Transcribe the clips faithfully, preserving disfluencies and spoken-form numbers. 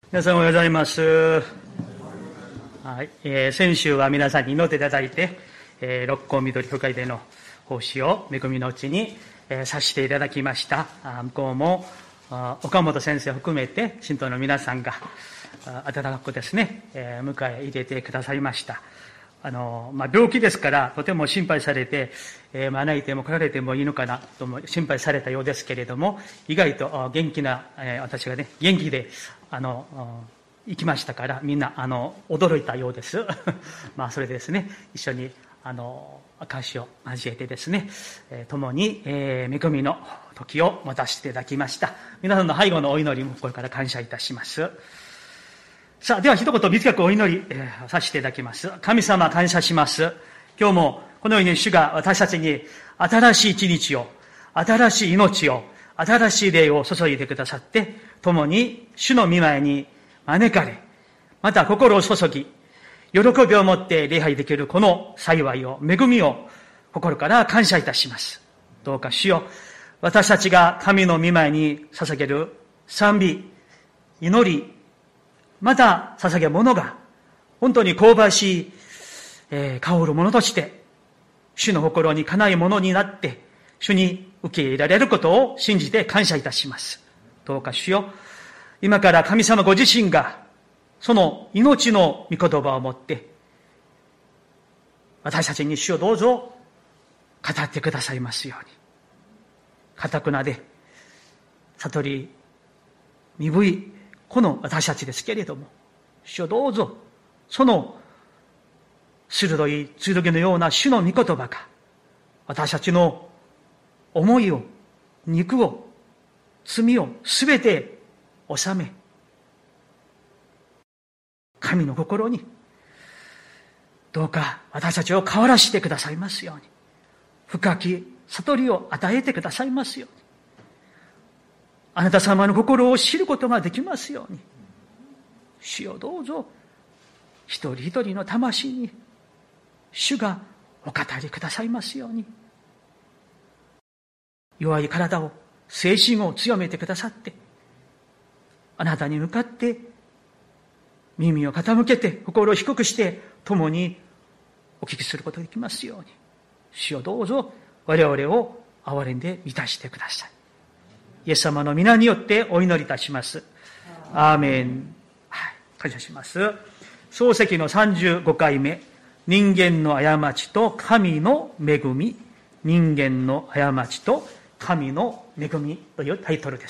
皆さんおはようございます。はい、えー、先週は皆さんに祈っていただいて、えー、六甲緑深いでの奉仕を恵みのうちに、えー、させていただきました。あ向こうも岡本先生を含めて信徒の皆さんが温かくですね、えー、迎え入れてくださいました。あの、まあ、病気ですからとても心配されて、えー、招いても来られてもいいのかなとも心配されたようですけれども、意外と元気な、えー、私がね元気であの行きましたから、みんなあの驚いたようですまあそれでですね、一緒にあの証を交えてですね、えー、共に、えー、恵みの時を持たせていただきました。皆さんの背後のお祈りもこれから感謝いたします。さあ、では一言短くお祈り、えー、させていただきます。神様感謝します。今日もこのように主が私たちに新しい一日を、新しい命を、新しい霊を注いでくださって、共に主の御前に招かれ、また心を注ぎ、喜びを持って礼拝できるこの幸いを、恵みを心から感謝いたします。どうか主よ、私たちが神の御前に捧げる賛美、祈り、また捧げるものが本当に香ばしい、えー、香るものとして主の心にかないものになって主に受け入れられることを信じて感謝いたします。どうか主よ、今から神様ご自身がその命の御言葉を持って私たちに主をどうぞ語ってくださいますように、堅くなで悟り鈍いこの私たちですけれども、主をどうぞその鋭い剣のような主の御言葉が私たちの思いを、肉を、罪をすべて収め、神の心にどうか私たちを変わらしてくださいますように、深き悟りを与えてくださいますように、あなた様の心を知ることができますように、主よどうぞ一人一人の魂に主がお語りくださいますように、弱い体を、精神を強めてくださって、あなたに向かって耳を傾けて心を低くして共にお聞きすることができますように、主よどうぞ我々を憐れんで満たしてください。イエス様の皆によってお祈りいたします。アーメン。はい、感謝します。漱石のさんじゅうごかいめ、人間の過ちと神の恵み、人間の過ちと神の恵みというタイトルです。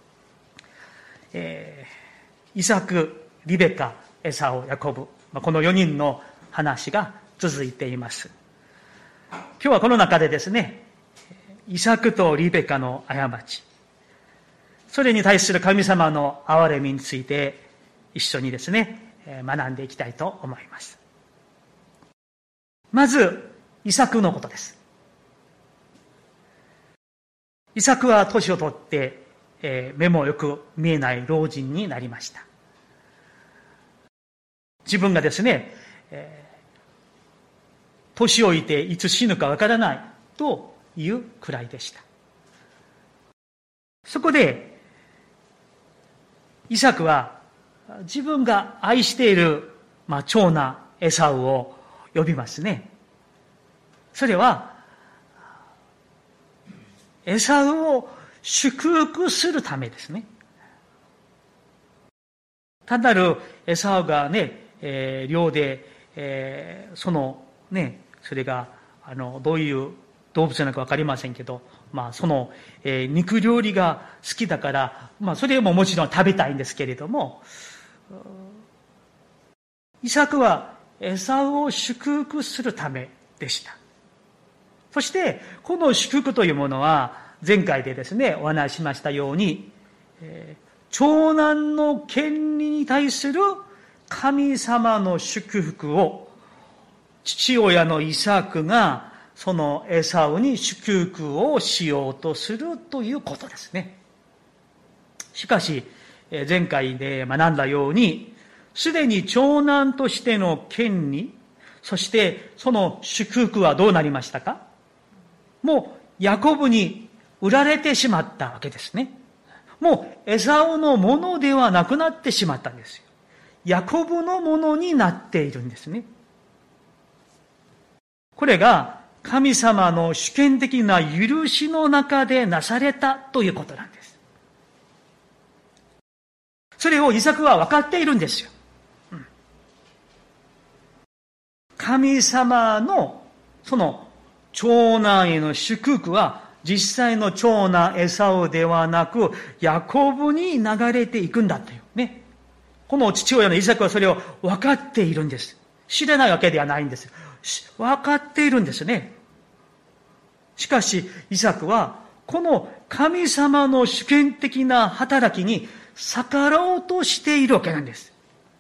えー、イサク、リベカ、エサオ、ヤコブ、このよにんの話が続いています。今日はこの中でですね、イサクとリベカの過ち、それに対する神様の憐れみについて一緒にですね、学んでいきたいと思います。まず、イサクのことです。イサクは年を取って、えー、目もよく見えない老人になりました。自分がですね、えー、年老いていつ死ぬかわからないというくらいでした。そこで、イサクは自分が愛している、まあ、長男エサウを呼びますね。それはエサウを祝福するためですね。単なるエサウがね、えー、猟で、えー、そのね、それがあのどういう動物なのかわかりませんけど、まあその、えー、肉料理が好きだから、まあそれももちろん食べたいんですけれども、イサクはエサウを祝福するためでした。そしてこの祝福というものは前回でですねお話ししましたように、えー、長男の権利に対する神様の祝福を父親のイサクがそのエサウに祝福をしようとするということですね。しかし前回で学んだように、すでに長男としての権利、そしてその祝福はどうなりましたか？もうヤコブに売られてしまったわけですね。 もうエサウのものではなくなってしまったんですよ。ヤコブのものになっているんですね。これが神様の主権的な許しの中でなされたということなんです。それをイサクは分かっているんですよ。うん、神様のその長男への祝福は実際の長男エサウではなくヤコブに流れていくんだというね。この父親のイサクはそれを分かっているんです。知らないわけではないんです。分かっているんですね。しかし、イサクは、この神様の主権的な働きに逆らおうとしているわけなんです。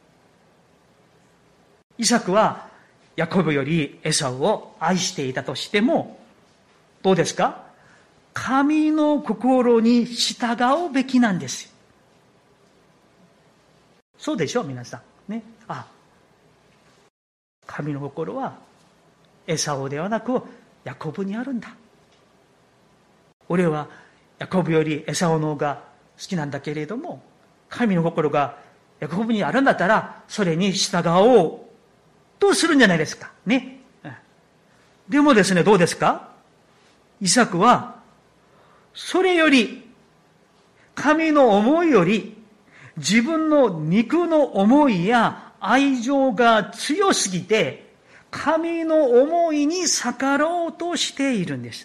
イサクは、ヤコブよりエサウを愛していたとしても、どうですか？神の心に従うべきなんですよ。そうでしょう、皆さん。ね。あ、神の心はエサウではなくヤコブにあるんだ。俺はヤコブよりエサウの方が好きなんだけれども、神の心がヤコブにあるんだったら、それに従おうとするんじゃないですか。ね。でもですね、どうですか？イサクは、それより、神の思いより、自分の肉の思いや愛情が強すぎて、神の思いに逆らおうとしているんです。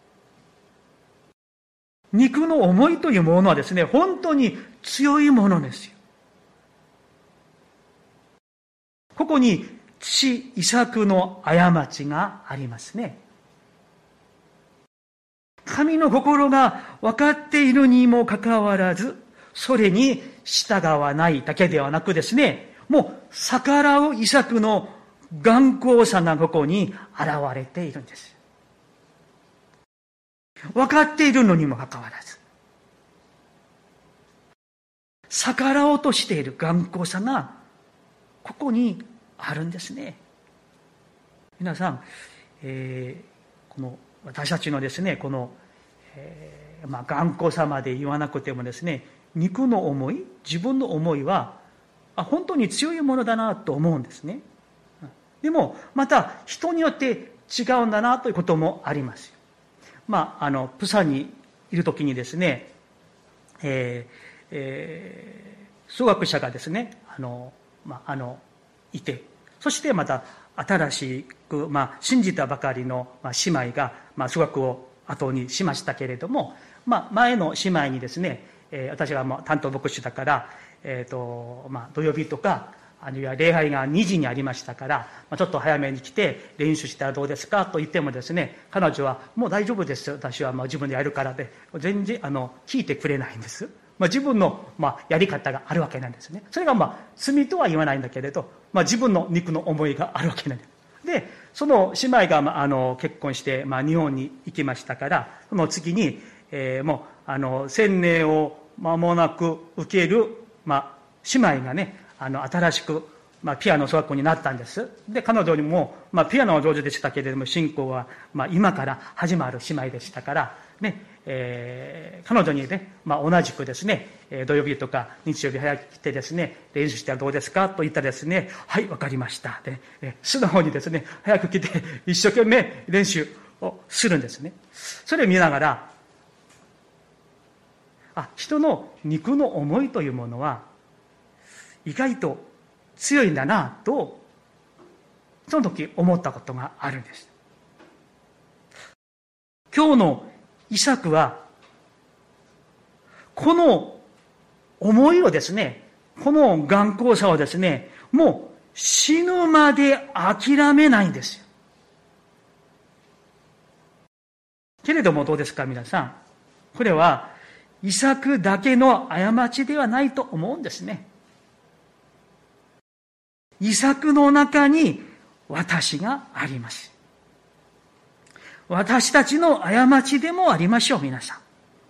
肉の思いというものはですね、本当に強いものですよ。ここに父イサクの過ちがありますね。神の心が分かっているにもかかわらず、それに従わないだけではなくですね、もう逆らうイサクの頑固さがここに現れているんです。分かっているのにもかかわらず、逆らおうとしている頑固さがここにあるんですね。皆さん、えー、この私たちのですね、この、えーまあ、頑固さまで言わなくてもですね、肉の思い、自分の思いはあ本当に強いものだなと思うんですね。でもまた人によって違うんだなということもありますよ。まあ、あのプサンにいるときにですね、えーえー、数学者がですね、あの、まあ、あのいて、そしてまた新しく、まあ、信じたばかりの姉妹が、まあ、数学を後にしましたけれども、まあ、前の姉妹にですね、えー、私はもう担当牧師だから、えーとまあ、土曜日とかあるいは礼拝がにじにありましたから、まあ、ちょっと早めに来て練習したらどうですかと言ってもですね、彼女はもう大丈夫ですよ、私はもう自分でやるからで、全然あの聞いてくれないんです。まあ、自分の、まあ、やり方があるわけなんですね。それが、まあ、罪とは言わないんだけれど、まあ、自分の肉の思いがあるわけなんです。で、その姉妹が、まあ、あの結婚して、まあ、日本に行きましたから、その次に、えー、もうあの洗礼を間もなく受ける、まあ、姉妹がね、あの新しく、まあ、ピアノ小学校になったんです。で、彼女にも、まあ、ピアノは上手でしたけれども、信仰は、まあ、今から始まる姉妹でしたから、ね、えー、彼女にね、まあ、同じくですね、土曜日とか日曜日早く来てですね、練習してはどうですかと言ったらですね、はい、わかりました。で、え素直にですね、早く来て一生懸命練習をするんですね。それを見ながら、あ、人の肉の思いというものは、意外と強いんだなとその時思ったことがあるんです。今日のイサクはこの思いをですね、この頑固さをですね、もう死ぬまで諦めないんですよ。けれどもどうですか皆さん、これはイサクだけの過ちではないと思うんですね。イサクの中に私があります。私たちの過ちでもありましょう、皆さん。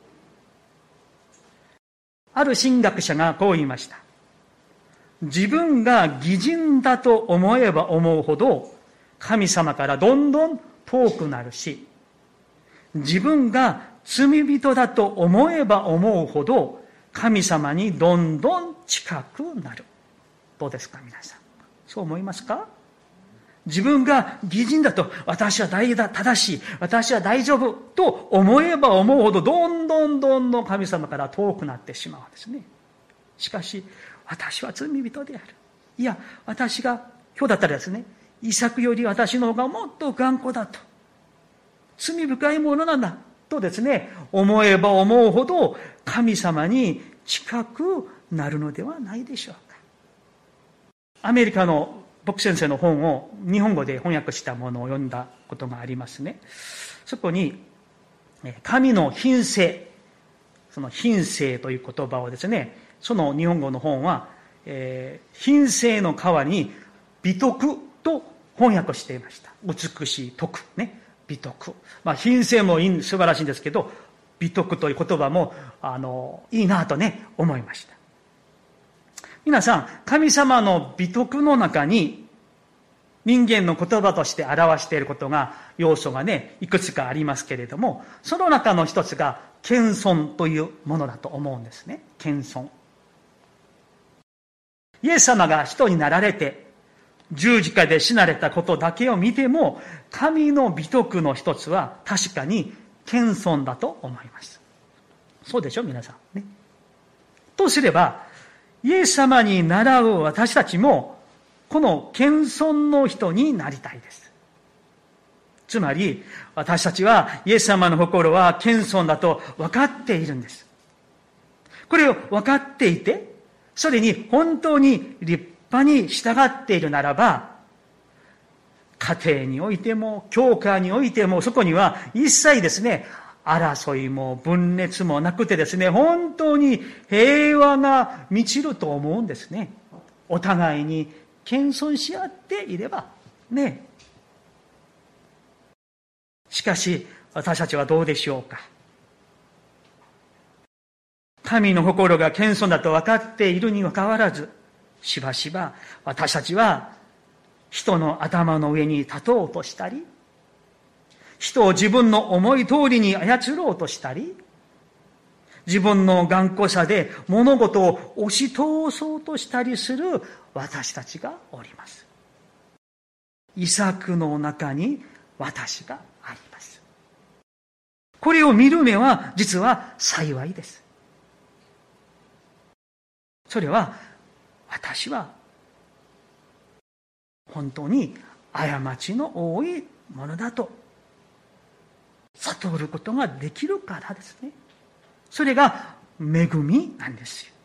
ある神学者がこう言いました。自分が義人だと思えば思うほど、神様からどんどん遠くなるし、自分が罪人だと思えば思うほど、 神様にどんどん近くなる。どうですか皆さん。そう思いますか？自分が義人だと、私は大だ正しい、私は大丈夫と思えば思うほど、どんどんどんどん神様から遠くなってしまうんですね。しかし、私は罪人である。いや、私が、今日だったらですね、イサクより私の方がもっと頑固だと。罪深いものなんだ。とですね、思えば思うほど、神様に近くなるのではないでしょうか。アメリカの牧先生の本を日本語で翻訳したものを読んだことがありますね。そこに、神の品性、その品性という言葉をですね、その日本語の本は、えー、品性の代わりに美徳と翻訳していました。美しい徳ね、美徳。まあ品性もいい素晴らしいんですけど、美徳という言葉もあのいいなとね思いました。皆さん、神様の美徳の中に人間の言葉として表していることが、要素がね、いくつかありますけれども、その中の一つが謙遜というものだと思うんですね。謙遜。イエス様が人になられて、十字架で死なれたことだけを見ても、神の美徳の一つは確かに謙遜だと思います。そうでしょ皆さんね。とすれば、イエス様に倣う私たちも、この謙遜の人になりたいです。つまり、私たちはイエス様の心は謙遜だと分かっているんです。これを分かっていて、それに本当に立派に従っているならば、家庭においても、教会においても、そこには一切ですね、争いも分裂もなくてですね、本当に平和が満ちると思うんですね。お互いに謙遜し合っていればね。しかし私たちはどうでしょうか。神の心が謙遜だと分かっているにもかかわらず、しばしば私たちは人の頭の上に立とうとしたり、人を自分の思い通りに操ろうとしたり、自分の頑固さで物事を押し通そうとしたりする私たちがおります。イサクの中に私があります。これを見る目は実は幸いです。それは私は本当に過ちの多いものだと悟ることができるからですね。それが恵みなんですよ。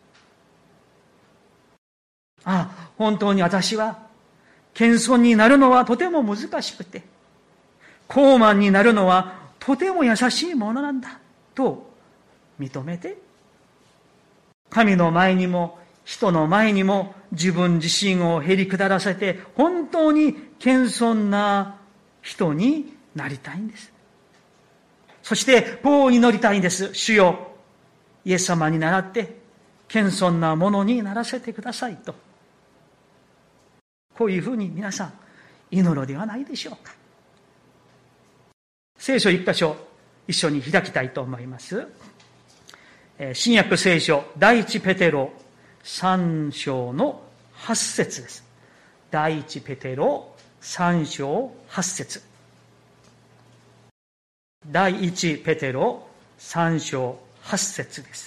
ああ、本当に私は謙遜になるのはとても難しくて、高慢になるのはとても優しいものなんだと認めて、神の前にも人の前にも自分自身をへり下らせて、本当に謙遜な人になりたいんです。そしてこう祈りたいんです。主よ、イエス様に倣って謙遜なものにならせてくださいと。こういうふうに皆さん祈るのではないでしょうか。聖書一箇所一緒に開きたいと思います。新約聖書第一ペテロ三章の八節です。第一ペテロ三章八節。第一ペテロ三章八節です。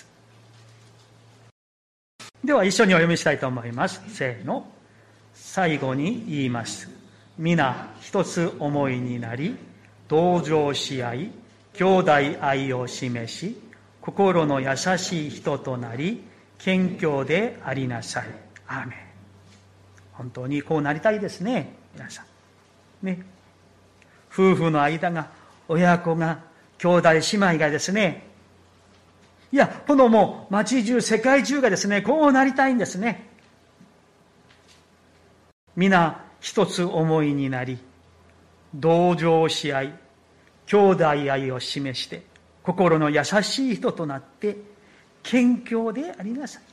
では一緒にお読みしたいと思います。せーの。最後に言います。皆一つ思いになり、同情し合い、兄弟愛を示し、心の優しい人となり、謙虚でありなさい。アーメン。本当にこうなりたいですね、皆さん。ね。夫婦の間が、親子が、兄弟姉妹がですね、いや、このもう町中、世界中がですね、こうなりたいんですね。皆一つ思いになり、同情し合い、兄弟愛を示して、心の優しい人となって、謙虚でありなさい。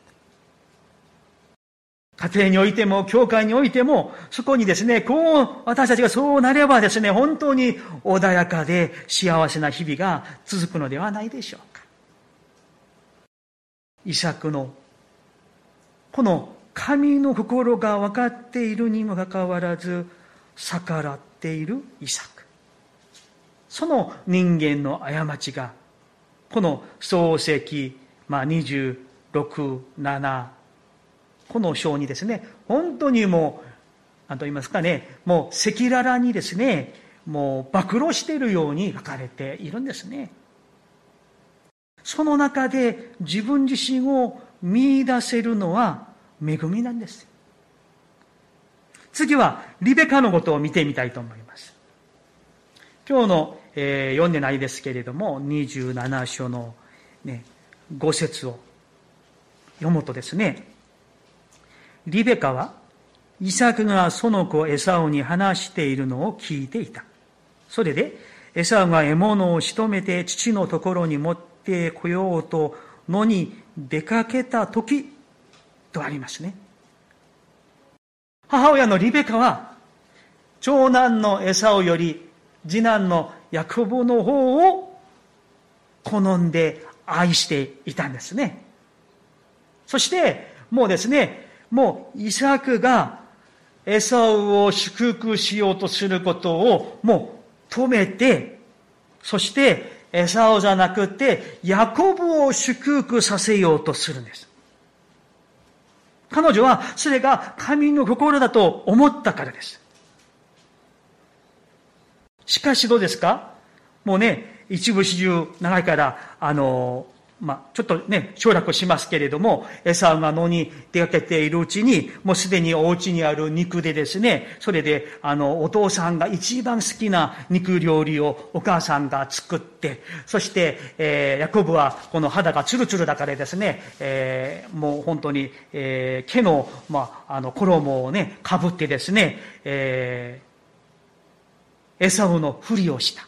家庭においても、教会においても、そこにですね、こう、私たちがそうなればですね、本当に穏やかで幸せな日々が続くのではないでしょうか。 イサクのこの神の心が分かっているにもかかわらず逆らっているイサク。その人間の過ちがこの創世記、まあ、にじゅうろく、ななこの章にですね、本当にもう何と言いますかね、もう赤裸々にですね、もう暴露しているように書かれているんですね。その中で自分自身を見出せるのは恵みなんです。次はリベカのことを見てみたいと思います。今日の、えー、読んでないですけれども、にじゅうなな章の、ね、ご節を読むとですね、リベカはイサクがその子エサウに話しているのを聞いていた。それでエサウが獲物を仕留めて父のところに持ってこようと野に出かけた時とありますね。母親のリベカは長男のエサウより次男のヤコブの方を好んで愛していたんですね。そしてもうですね、もうイサクがエサウを祝福しようとすることをもう止めて、そしてエサウじゃなくてヤコブを祝福させようとするんです。彼女はそれが神の心だと思ったからです。しかしどうですか？もうね、一部始終長いから、あの、まあ、ちょっとね、省略しますけれども、エサウが野に出かけているうちに、もうすでにお家にある肉でですね、それで、あの、お父さんが一番好きな肉料理をお母さんが作って、そして、えー、ヤコブはこの肌がツルツルだからですね、えー、もう本当に、えー、毛の、まあ、あの、衣をね、被ってですね、えー、エサウのふりをした。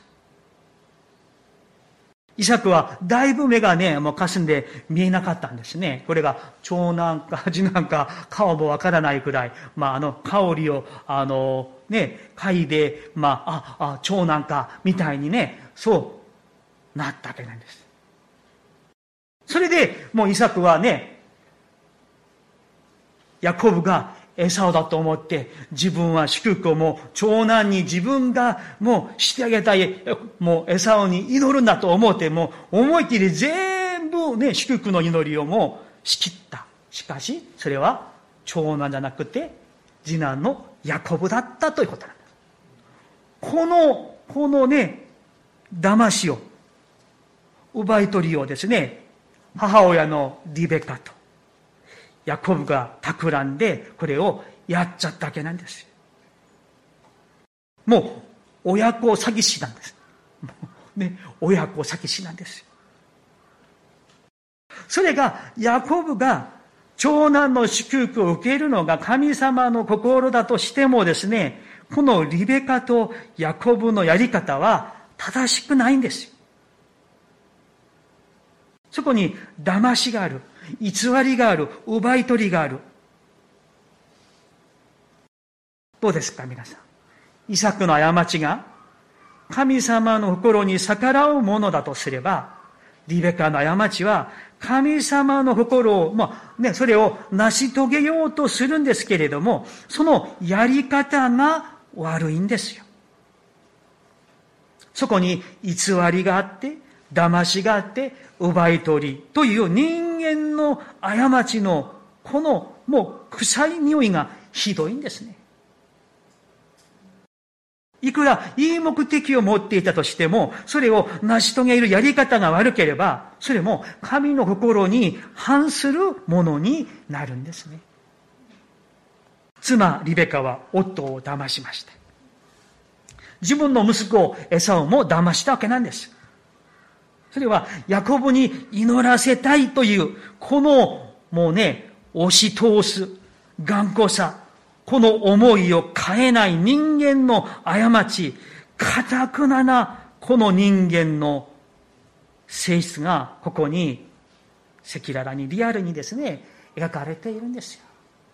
イサクはだいぶ目がね、もう霞んで見えなかったんですね。これが長男か次男か顔もわからないくらい、まああの香りをあのね、嗅いで、まあ、あ、あ、長男かみたいにね、そうなったわけなんです。それでもうイサクはね、ヤコブがエサウだと思って、自分は祝福をもう長男に自分がもうしてあげたい、もうエサウに祈るんだと思って、もう思い切り全部ね、祝福の祈りをもう仕切った。しかし、それは長男じゃなくて、次男のヤコブだったということなんです。この、このね、騙しを、奪い取りをですね、母親のリベカと、ヤコブが企んでこれをやっちゃったわけなんです。もう親子詐欺師なんです。ね、親子詐欺師なんです。それがヤコブが長男の祝福を受けるのが神様の心だとしてもですね、このリベカとヤコブのやり方は正しくないんですよ。そこに騙しがある。偽りがある、奪い取りがある。どうですか皆さん。イサクの過ちが神様の心に逆らうものだとすれば、リベカの過ちは神様の心を、まあね、それを成し遂げようとするんですけれども、そのやり方が悪いんですよ。そこに偽りがあって、騙しがあって、奪い取りという人間の過ちのこのもう臭い匂いがひどいんですね。いくらいい目的を持っていたとしても、それを成し遂げるやり方が悪ければ、それも神の心に反するものになるんですね。妻リベカは夫を騙しました。自分の息子エサウも騙したわけなんです。それはヤコブに祈らせたいという、このもうね、押し通す頑固さ、この思いを変えない人間の過ち、堅くななこの人間の性質がここに赤裸々にリアルにですね、描かれているんですよ。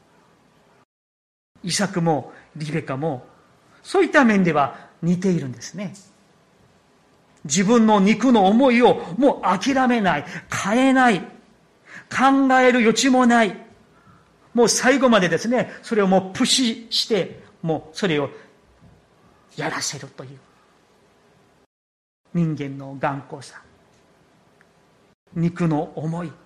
イサクもリベカもそういった面では似ているんですね。自分の肉の思いをもう諦めない、変えない。 考える余地もない。もう最後までですね、それをもうプシして、もうそれをやらせるという。人間の頑固さ。肉の思い。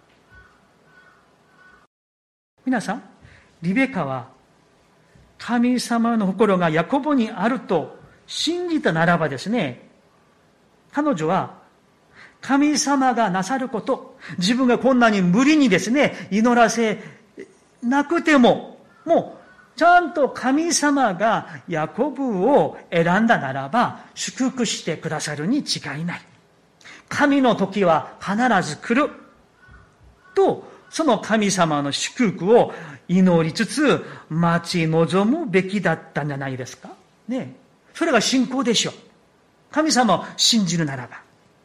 皆さん、リベカは神様の心がヤコブにあると信じたならばですね、彼女は神様がなさること、自分がこんなに無理にですね、祈らせなくても、もうちゃんと神様がヤコブを選んだならば祝福してくださるに違いない。神の時は必ず来ると、その神様の祝福を祈りつつ待ち望むべきだったんじゃないですかね。それが信仰でしょう。神様を信じるならば。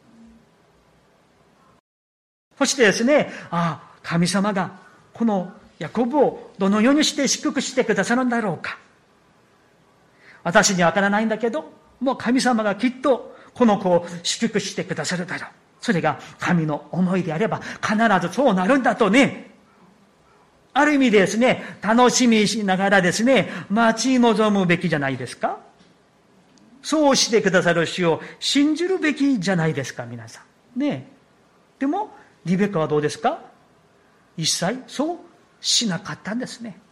そしてですね、ああ、神様がこのヤコブをどのようにして祝福してくださるんだろうか。私にはわからないんだけど、もう神様がきっとこの子を祝福してくださるだろう。それが神の思いであれば必ずそうなるんだとね。ある意味でですね、楽しみしながらですね、待ち望むべきじゃないですか。そうしてくださる主を信じるべきじゃないですか、皆さん。ね。でも、リベカはどうですか？一切そうしなかったんですね。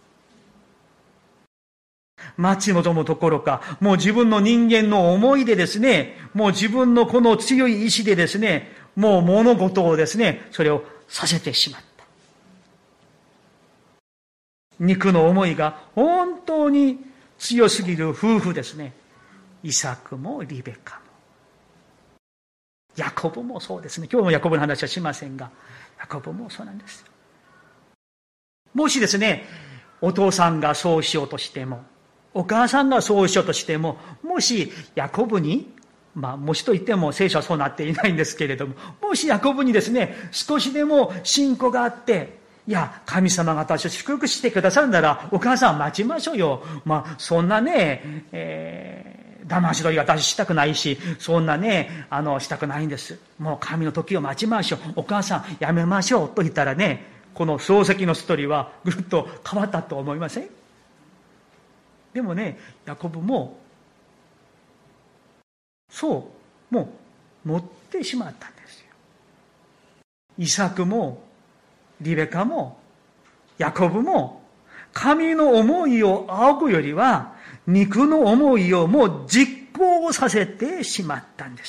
待ち望むところか、もう自分の人間の思いでですね、もう自分のこの強い意志でですね、もう物事をですね、それをさせてしまった。肉の思いが本当に強すぎる夫婦ですね。イサクもリベカも。ヤコブもそうですね。今日もヤコブの話はしませんが、ヤコブもそうなんです。もしですね、お父さんがそうしようとしても、お母さんがそうしようとしても、もしヤコブに、まあ、もしと言っても聖書はそうなっていないんですけれども、もしヤコブにですね、少しでも信仰があって、いや、神様が私を祝福してくださるなら、お母さん待ちましょうよ。まあ、そんなね、えー、騙し取り私したくないし、そんなね、あの、したくないんです。もう神の時を待ちましょう。お母さんやめましょう。と言ったらね、この漱石のストーリーはぐるっと変わったと思いません？でもね、ヤコブも、そう、もう乗ってしまったんですよ。イサクも、リベカも、ヤコブも、神の思いを仰ぐよりは、肉の思いをもう実行させてしまったんです。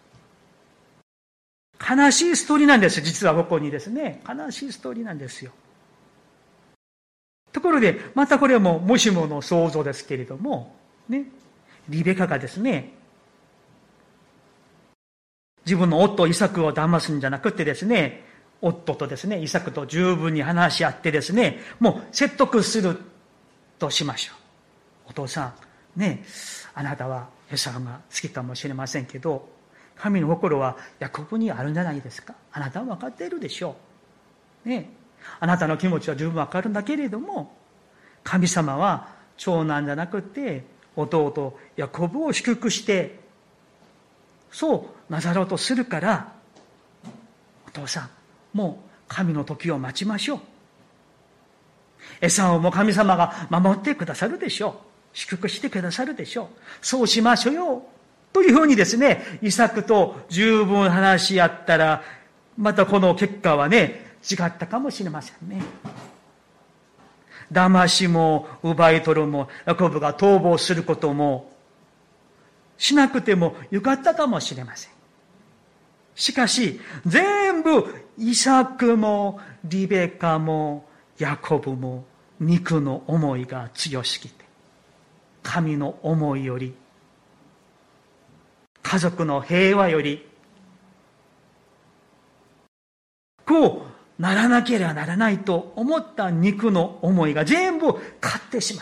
悲しいストーリーなんです。実はここにですね、悲しいストーリーなんですよ。ところで、またこれももしもの想像ですけれども、ね、リベカがですね、自分の夫イサクを騙すんじゃなくてですね、夫とですね、イサクと十分に話し合ってですね、もう説得するとしましょう。お父さん、ね、あなたはエサウが好きかもしれませんけど、神の心はヤコブにあるんじゃないですか。あなたは分かっているでしょう。ね、あなたの気持ちは十分分かるんだけれども、神様は長男じゃなくて弟ヤコブを祝福してそうなさろうとするから、お父さん、もう神の時を待ちましょう。エサウも神様が守ってくださるでしょう。祝福してくださるでしょう。そうしましょうよ。というふうにですね、イサクと十分話し合ったら、またこの結果はね、違ったかもしれませんね。騙しも奪い取るも、ヤコブが逃亡することもしなくてもよかったかもしれません。しかし、全部イサクもリベカもヤコブも肉の思いが強すぎて、神の思いより、家族の平和より、こうならなければならないと思った肉の思いが全部勝ってしまった。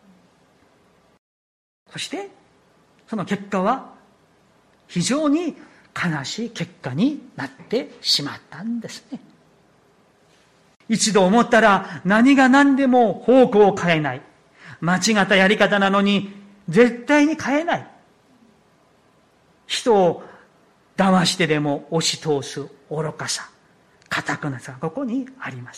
そしてその結果は非常に悲しい結果になってしまったんですね。一度思ったら何が何でも方向を変えない。間違ったやり方なのに絶対に変えない。人を騙してでも押し通す愚かさ。 固くなさがここにあります。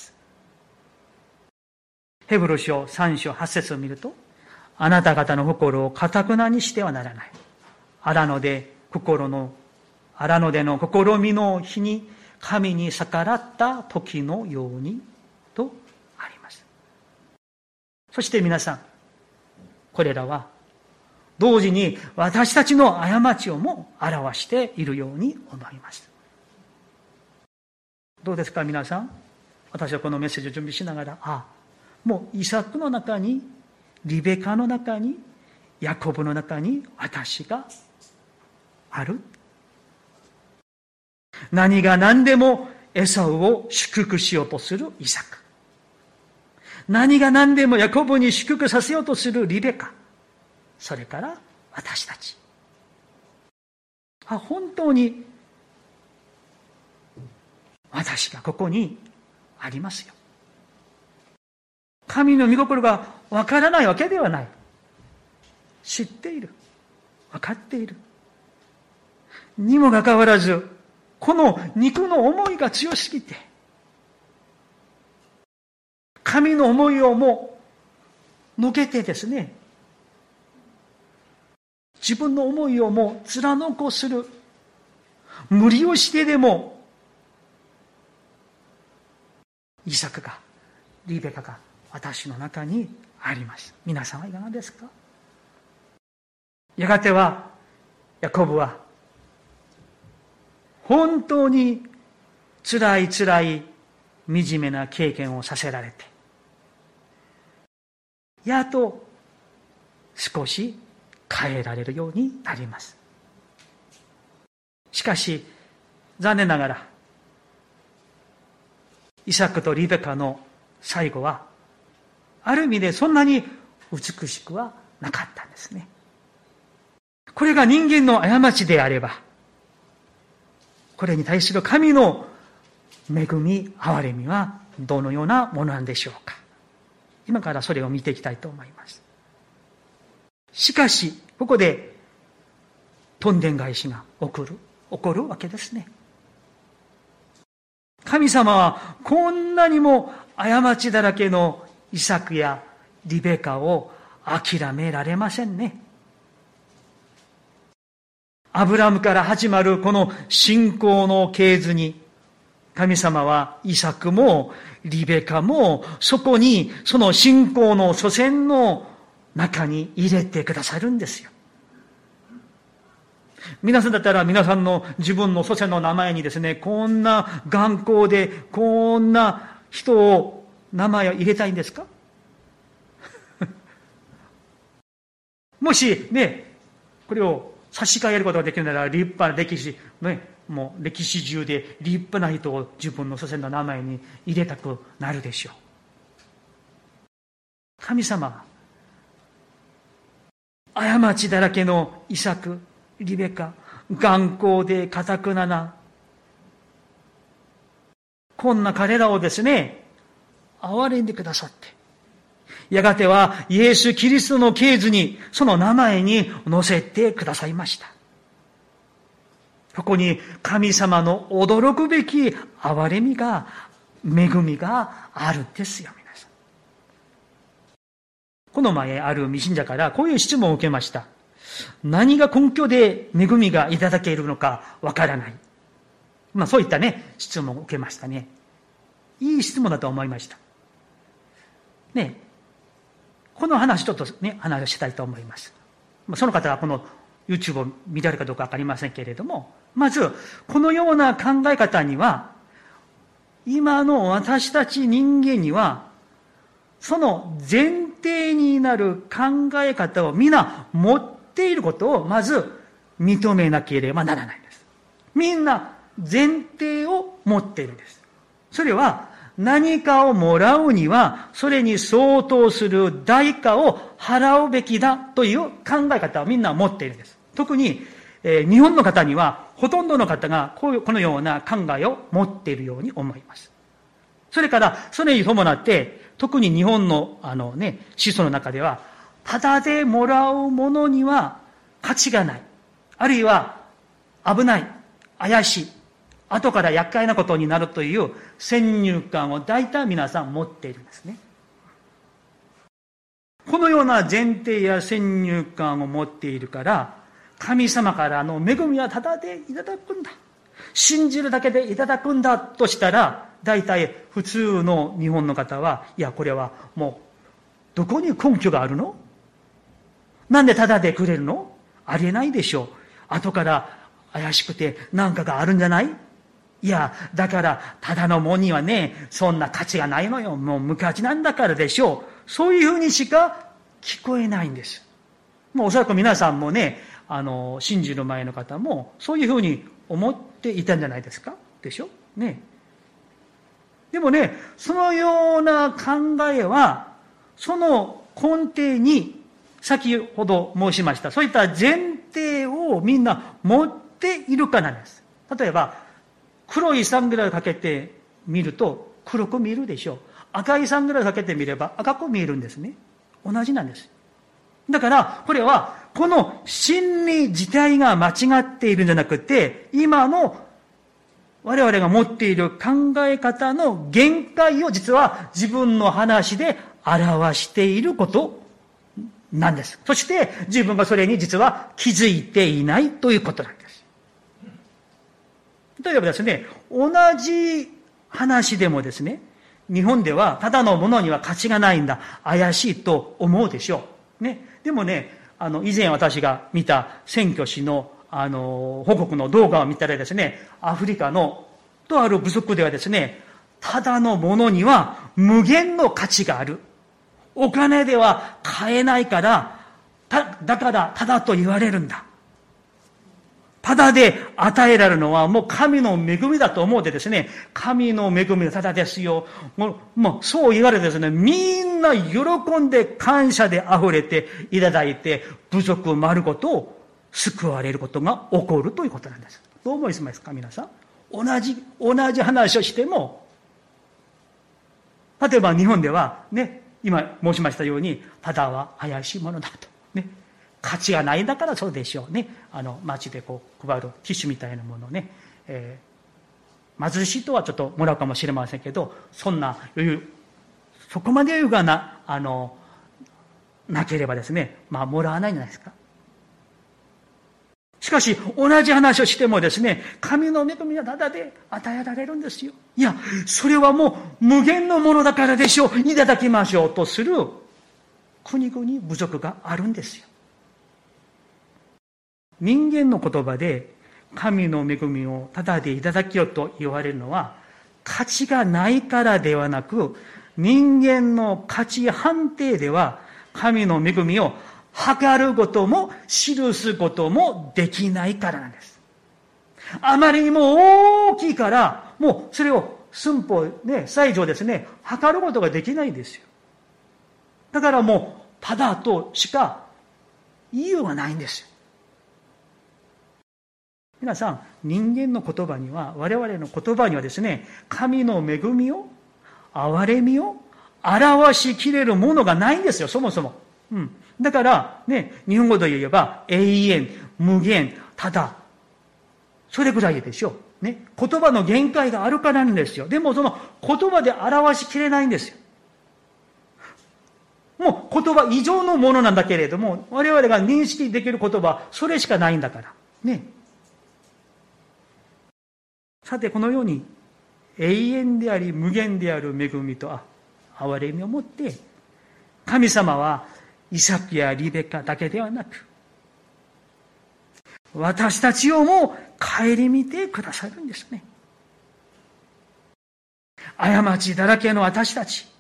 ヘブル書さん章はち節を見ると、あなた方の心を固くなにしてはならない。荒野で心の、荒野での試みの日に神に逆らった時のようにとあります。そして皆さん、これらは同時に私たちの過ちをも表しているように思います。どうですか皆さん。私はこのメッセージを準備しながら、ああ、もうイサクの中に、リベカの中に、ヤコブの中に私がある。何が何でもエサウを祝福しようとするイサク。何が何でもヤコブに祝福させようとするリベカ。それから私たち。あ、本当に私がここにありますよ。神の御心がわからないわけではない。知っている。わかっている。にもかかわらず、この肉の思いが強すぎて、神の思いをもう抜けてですね、自分の思いをもう貫こうする。無理をしてでも、イサクが、リベカが私の中にあります。皆さんはいかがですか？やがては、ヤコブは、本当に辛い辛い惨めな経験をさせられて、やっと少し変えられるようになります。しかし、残念ながら、イサクとリベカの最後は、ある意味でそんなに美しくはなかったんですね。これが人間の過ちであれば、これに対する神の恵み、憐れみはどのようなものなんでしょうか。今からそれを見ていきたいと思います。しかし、ここで、とんでん返しが起こる、起こるわけですね。神様はこんなにも過ちだらけのイサクやリベカを諦められませんね。アブラムから始まるこの信仰の系図に、神様はイサクもリベカもそこにその信仰の祖先の中に入れてくださるんですよ。皆さんだったら皆さんの自分の祖先の名前にですね、こんな頑固でこんな人を名前を入れたいんですか？もしね、これを差し替えることができるなら立派な歴史、ね、もう歴史中で立派な人を自分の祖先の名前に入れたくなるでしょう。神様は過ちだらけのイサク、リベカ、頑固で堅くなな、こんな彼らをですね、憐れんでくださって、やがてはイエス・キリストの系図にその名前に載せてくださいました。ここに神様の驚くべき憐れみが、恵みがあるんですよ、皆さん。この前ある未信者からこういう質問を受けました。何が根拠で恵みがいただけるのかわからない。まあそういったね、質問を受けましたね。いい質問だと思いました。ね、この話ちょっとね、話をしたいと思います。その方はこの YouTube を見られるかどうかわかりませんけれども、まず、このような考え方には、今の私たち人間には、その前提になる考え方を皆持っていることをまず認めなければならないんです。みんな前提を持っているんです。それは何かをもらうにはそれに相当する代価を払うべきだという考え方をみんな持っているんです。特に、えー、日本の方にはほとんどの方がこういうこのような考えを持っているように思います。それからそれに伴って特に日本のあのね思想の中では、ただでもらうものには価値がない、あるいは危ない、怪しい、 後から厄介なことになるという先入観を大体皆さん持っているんですね。このような前提や先入観を持っているから、神様からの恵みはただでいただくんだ。信じるだけでいただくんだとしたら、大体普通の日本の方は、いや、これはもう、どこに根拠があるの？なんでただでくれるの？ありえないでしょう。後から怪しくて何かがあるんじゃない？いや、だから、ただのもんにはね、そんな価値がないのよ。もう無価値なんだからでしょう。そういうふうにしか聞こえないんです。もうおそらく皆さんもね、あの、信じる前の方も、そういうふうに思っていたんじゃないですか？でしょ？ね。でもね、そのような考えは、その根底に、先ほど申しました、そういった前提をみんな持っているからなんです。例えば、黒いサングラスかけてみると黒く見えるでしょう。赤いサングラスかけてみれば赤く見えるんですね。同じなんです。だから、これは、この真理自体が間違っているんじゃなくて、今の我々が持っている考え方の限界を実は自分の話で表していることなんです。そして自分がそれに実は気づいていないということなんです。例えばですね、同じ話でもですね、日本ではただのものには価値がないんだ、怪しいと思うでしょう。ね。でもね、あの、以前私が見た宣教師の、あの、報告の動画を見たらですね、アフリカのとある部族ではですね、ただのものには無限の価値がある。お金では買えないから、た、だからただと言われるんだ。ただで与えられるのはもう神の恵みだと思うてですね、神の恵みはただですよ。もう、もうそう言われてですね、みんな喜んで感謝で溢れていただいて、部族丸ごと救われることが起こるということなんです。どう思いますか、皆さん。同じ、同じ話をしても、例えば日本ではね、今申しましたように、ただは怪しいものだと。ね。価値がないんだからそうでしょうね。あの、街でこう配るティッシュみたいなものをね、えー、貧しい人はちょっともらうかもしれませんけど、そんな余裕、そこまで余裕がな、あの、なければですね、まあ、もらわないんじゃないですか。しかし、同じ話をしてもですね、神の恵みはただで与えられるんですよ。いや、それはもう無限のものだからでしょう。いただきましょうとする国々、部族があるんですよ。人間の言葉で神の恵みをただでいただきようと言われるのは、価値がないからではなく、人間の価値判定では神の恵みを測ることも記すこともできないからなんです。あまりにも大きいから、もうそれを寸法ね、最上ですね、測ることができないんですよ。だからもう、ただとしか言いようがないんですよ。皆さん、人間の言葉には、我々の言葉にはですね、神の恵みを、憐れみを表しきれるものがないんですよ、そもそも。うん。だから、ね、日本語で言えば、永遠、無限、ただ、それぐらいでしょう。ね。言葉の限界があるからなんですよ。でもその言葉で表しきれないんですよ。もう言葉以上のものなんだけれども、我々が認識できる言葉はそれしかないんだから。ね。さて、このように永遠であり無限である恵みとあ憐れみをもって、神様はイサクやリベカだけではなく、私たちをも顧みてくださるんですね。過ちだらけの私たち、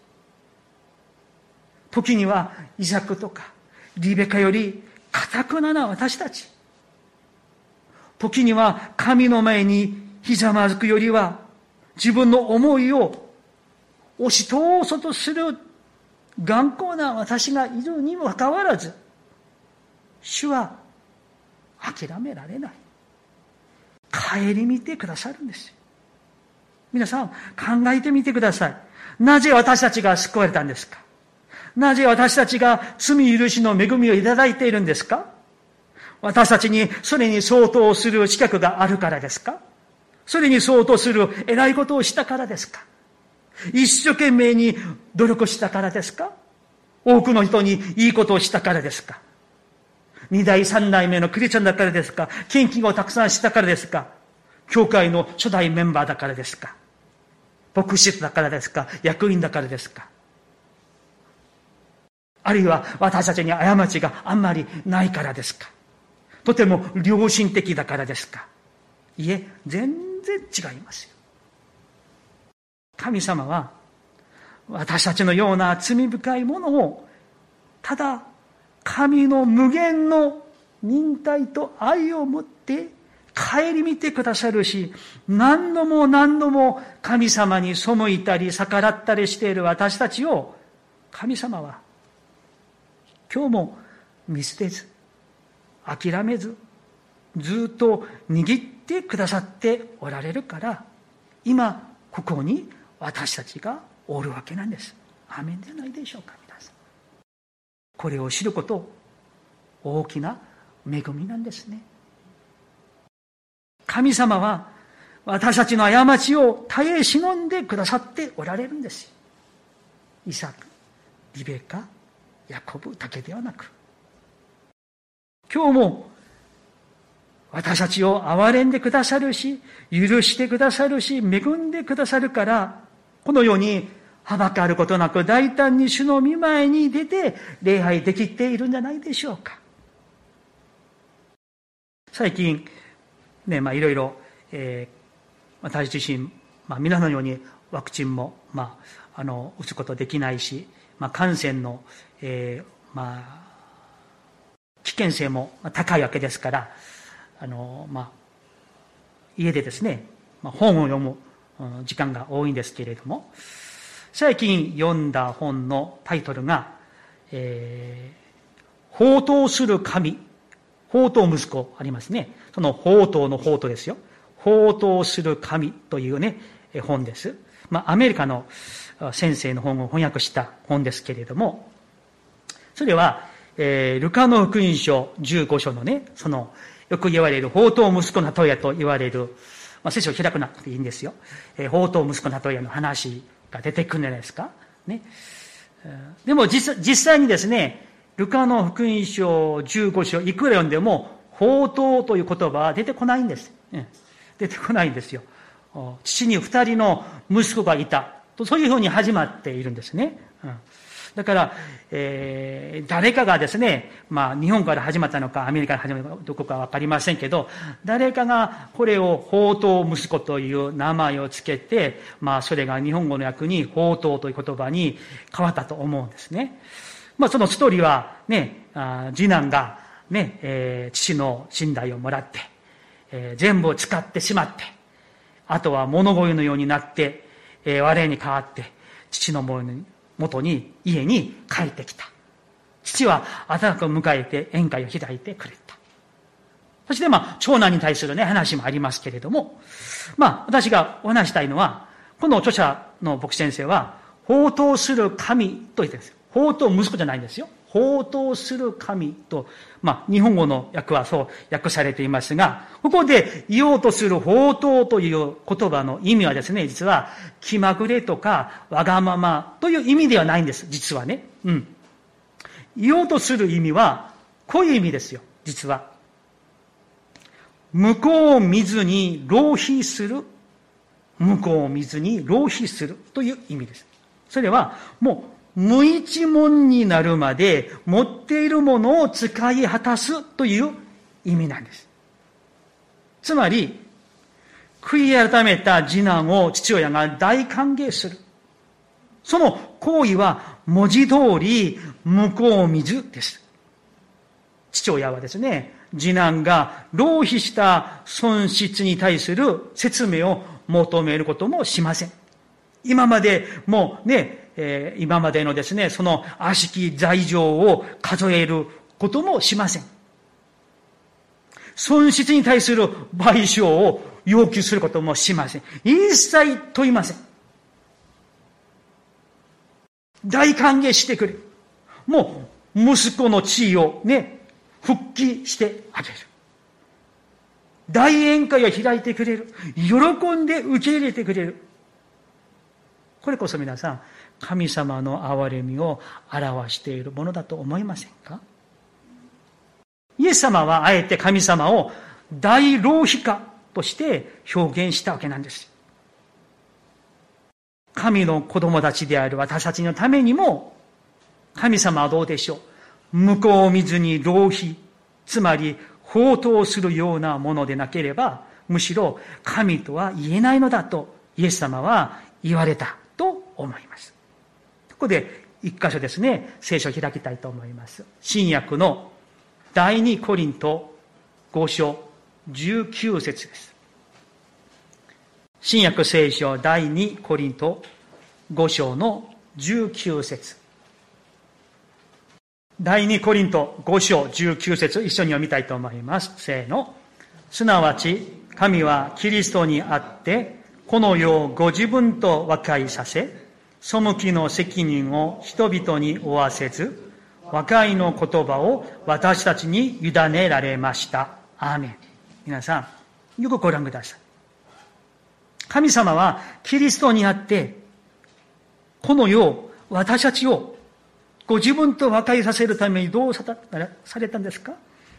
時にはイサクとかリベカより堅くなな私たち、時には神の前にひざまずくよりは自分の思いを押し通そうとする頑固な私がいるにもかかわらず、主は諦められない。顧みてくださるんです。皆さん考えてみてください。なぜ私たちが救われたんですか？なぜ私たちが罪許しの恵みをいただいているんですか？私たちにそれに相当する資格があるからですか？ それに相当する偉いことをしたからですか？一生懸命に努力したからですか？多くの人にいいことをしたからですか？二代三代目のクリスチャンだからですか？献金をたくさんしたからですか？教会の初代メンバーだからですか？牧師だからですか？役員だからですか？あるいは私たちに過ちがあんまりないからですか？とても良心的だからですか？いえ、全然違いますよ。神様は私たちのような罪深いものをただ神の無限の忍耐と愛を持って顧みてくださるし、何度も何度も神様に背いたり逆らったりしている私たちを神様は今日も見捨てず諦めずずっと握ってくださっておられるから、今ここに私たちがおるわけなんです。アーメンではないでしょうか。皆さん、これを知ること、大きな恵みなんですね。神様は私たちの過ちを耐え忍んでくださっておられるんですよ。イサク、リベカ、ヤコブだけではなく、今日も私たちを憐れんでくださるし、許してくださるし、恵んでくださるから、このようにはばかることなく大胆に主の御前に出て礼拝できているんじゃないでしょうか。最近ね、まあいろいろ、えー、私自身、まあ、皆のようにワクチンも、まあ、あの打つことできないし、まあ、感染の、えー、まあ危険性も高いわけですから、あのまあ家でですね、まあ、本を読む時間が多いんですけれども、最近読んだ本のタイトルが、えー、放蕩する神、放蕩息子ありますね。その放蕩の放蕩ですよ。放蕩する神というね、本です。まあ、アメリカの先生の本を翻訳した本ですけれども、それは、えー、ルカの福音書じゅうご章のね、その、よく言われる放蕩息子の例えと言われる、まあ、聖書を開くなくていいんですよ。えー、放蕩息子の例えの話が出てくるんじゃないですか。ね。でも実、実際にですね、ルカの福音書じゅうご章いくら読んでも放蕩という言葉は出てこないんです。出てこないんですよ。父に二人の息子がいたと、そういうふうに始まっているんですね。だから、えー、誰かがですね、まあ日本から始まったのかアメリカから始まったのかどこかわかりませんけど、誰かがこれを放蕩息子という名前をつけて、まあそれが日本語の訳に放蕩という言葉に変わったと思うんですね。まあそのストーリーはね、あ次男がね、えー、父の寝台をもらって、えー、全部を使ってしまって、あとは物乞いのようになって、えー、我に代わって父の元に家に帰ってきた。父は温かく迎えて宴会を開いてくれた。そしてまあ長男に対するね話もありますけれども、まあ私がお話したいのは、この著者の牧師先生は放蕩する神と言ってるんですよ。放蕩息子じゃないんですよ。放蕩する神と、まあ、日本語の訳はそう訳されていますが、ここで言おうとする放蕩という言葉の意味はですね、実は気まぐれとかわがままという意味ではないんです、実はね。うん。言おうとする意味は、こういう意味ですよ、実は。向こうを見ずに浪費する。向こうを見ずに浪費するという意味です。それは、もう、無一文になるまで持っているものを使い果たすという意味なんです。つまり、悔い改めた次男を父親が大歓迎する。その行為は文字通り向こうを見ずです。父親はですね、次男が浪費した損失に対する説明を求めることもしません。今までもうね、えー、今までのですね、その悪しき罪状を数えることもしません。損失に対する賠償を要求することもしません。一切問いません。大歓迎してくれ。もう息子の地位をね、復帰してあげる。 大宴会を開いてくれる。喜んで受け入れてくれる。これこそ皆さん、神様の憐れみを表しているものだと思いませんか？イエス様はあえて神様を大浪費家として表現したわけなんです。神の子供たちである私たちのためにも、神様はどうでしょう。向こうを見ずに浪費、つまり放蕩するようなものでなければ、むしろ神とは言えないのだとイエス様は言われたと思います。ここで一箇所ですね、聖書を開きたいと思います。新約の第二コリントご章じゅうきゅう節です。新約聖書第二コリントご章のじゅうきゅう節。第二コリントご章じゅうきゅう節、一緒に読みたいと思います。せーの。すなわち、神はキリストにあって、この世をご自分と和解させ、背きの責任を人々に負わせず、和解の言葉を私たちに委ねられました。アーメン。皆さん、よくご覧ください。神様はキリストにあって、この世を、私たちを、ご自分と和解させるためにどうされたんですか？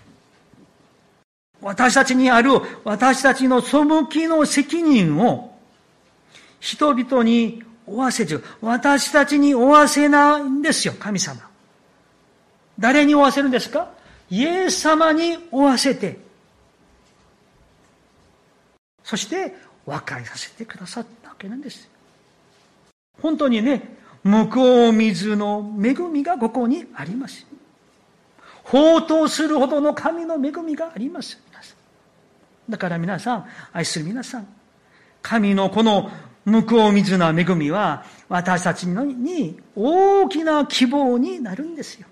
私たちにある、私たちの背きの責任を、人々に負わせず、私たちに負わせないんですよ、神様。誰に負わせるんですか？イエス様に負わせて、そして和解させてくださったわけなんです。本当にね、向こう水の恵みがここにあります。放蕩するほどの神の恵みがあります。皆さん。だから皆さん、愛する皆さん、神のこの向こう水の恵みは私たちに大きな希望になるんですよ。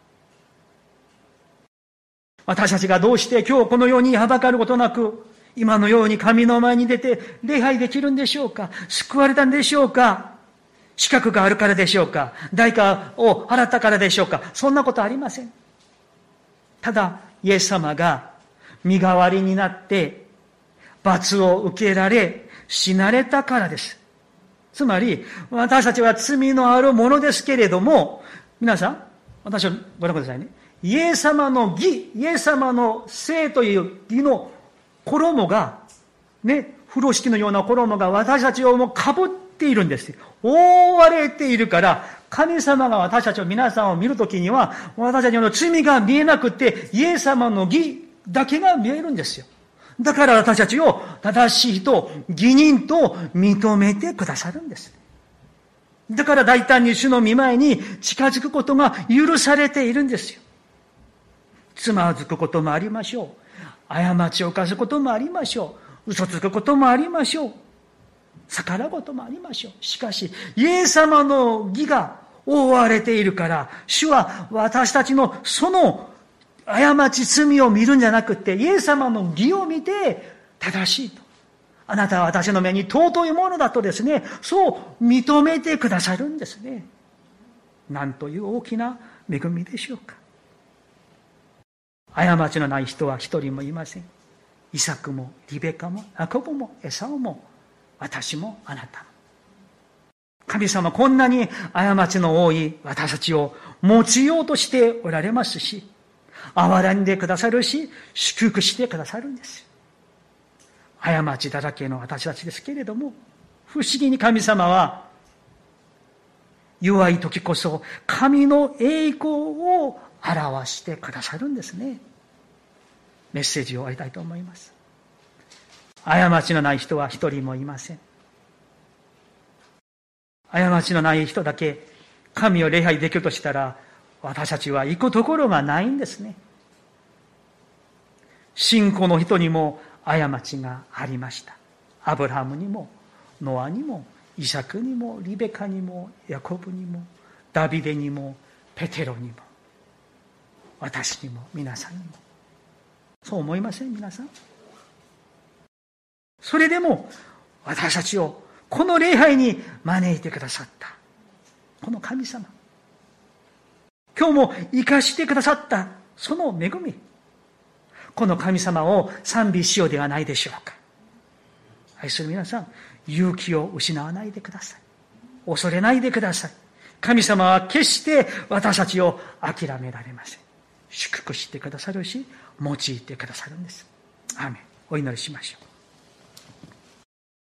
私たちがどうして今日このようにはばかることなく、今のように神の前に出て礼拝できるんでしょうか？救われたんでしょうか？資格があるからでしょうか？代価を払ったからでしょうか？そんなことありません。ただ、イエス様が身代わりになって罰を受けられ死なれたからです。つまり、私たちは罪のあるものですけれども、皆さん、私をご覧くださいね。イエス様の義、イエス様の聖という義の衣が、ね、風呂敷のような衣が私たちをもう被っているんですよ。覆われているから、神様が私たちを、皆さんを見るときには、私たちの罪が見えなくて、イエス様の義だけが見えるんですよ。だから私たちを正しい人、義人と認めてくださるんです。だから大胆に主の御前に近づくことが許されているんですよ。つまずくこともありましょう。過ちを犯すこともありましょう。嘘つくこともありましょう。逆らうこともありましょう。しかし、イエス様の義が覆われているから、主は私たちのその過ち、罪を見るんじゃなくて、イエス様の義を見て正しいと。あなたは私の目に尊いものだとですね、そう認めてくださるんですね。なんという大きな恵みでしょうか。過ちのない人は一人もいません。イサクもリベカもヤコブもエサオも私もあなたも。神様こんなに過ちの多い私たちを用いようとしておられますし、憐れんでくださるし、祝福してくださるんです。過ちだらけの私たちですけれども、不思議に神様は弱い時こそ神の栄光を表してくださるんですね。メッセージを終わりたいと思います。過ちのない人は一人もいません。過ちのない人だけ神を礼拝できるとしたら、私たちは行くところがないんですね。信仰の人にも過ちがありました。アブラハムにもノアにもイサクにもリベカにもヤコブにもダビデにもペテロにも私にも皆さんにも。そう思いません皆さん？それでも私たちをこの礼拝に招いてくださったこの神様、今日も生かしてくださったその恵み、 この神様を賛美しようではないでしょうか。愛する皆さん、勇気を失わないでください。恐れないでください。神様は決して私たちを諦められません。祝福してくださるし、用いてくださるんです。アーメン。お祈りしましょう。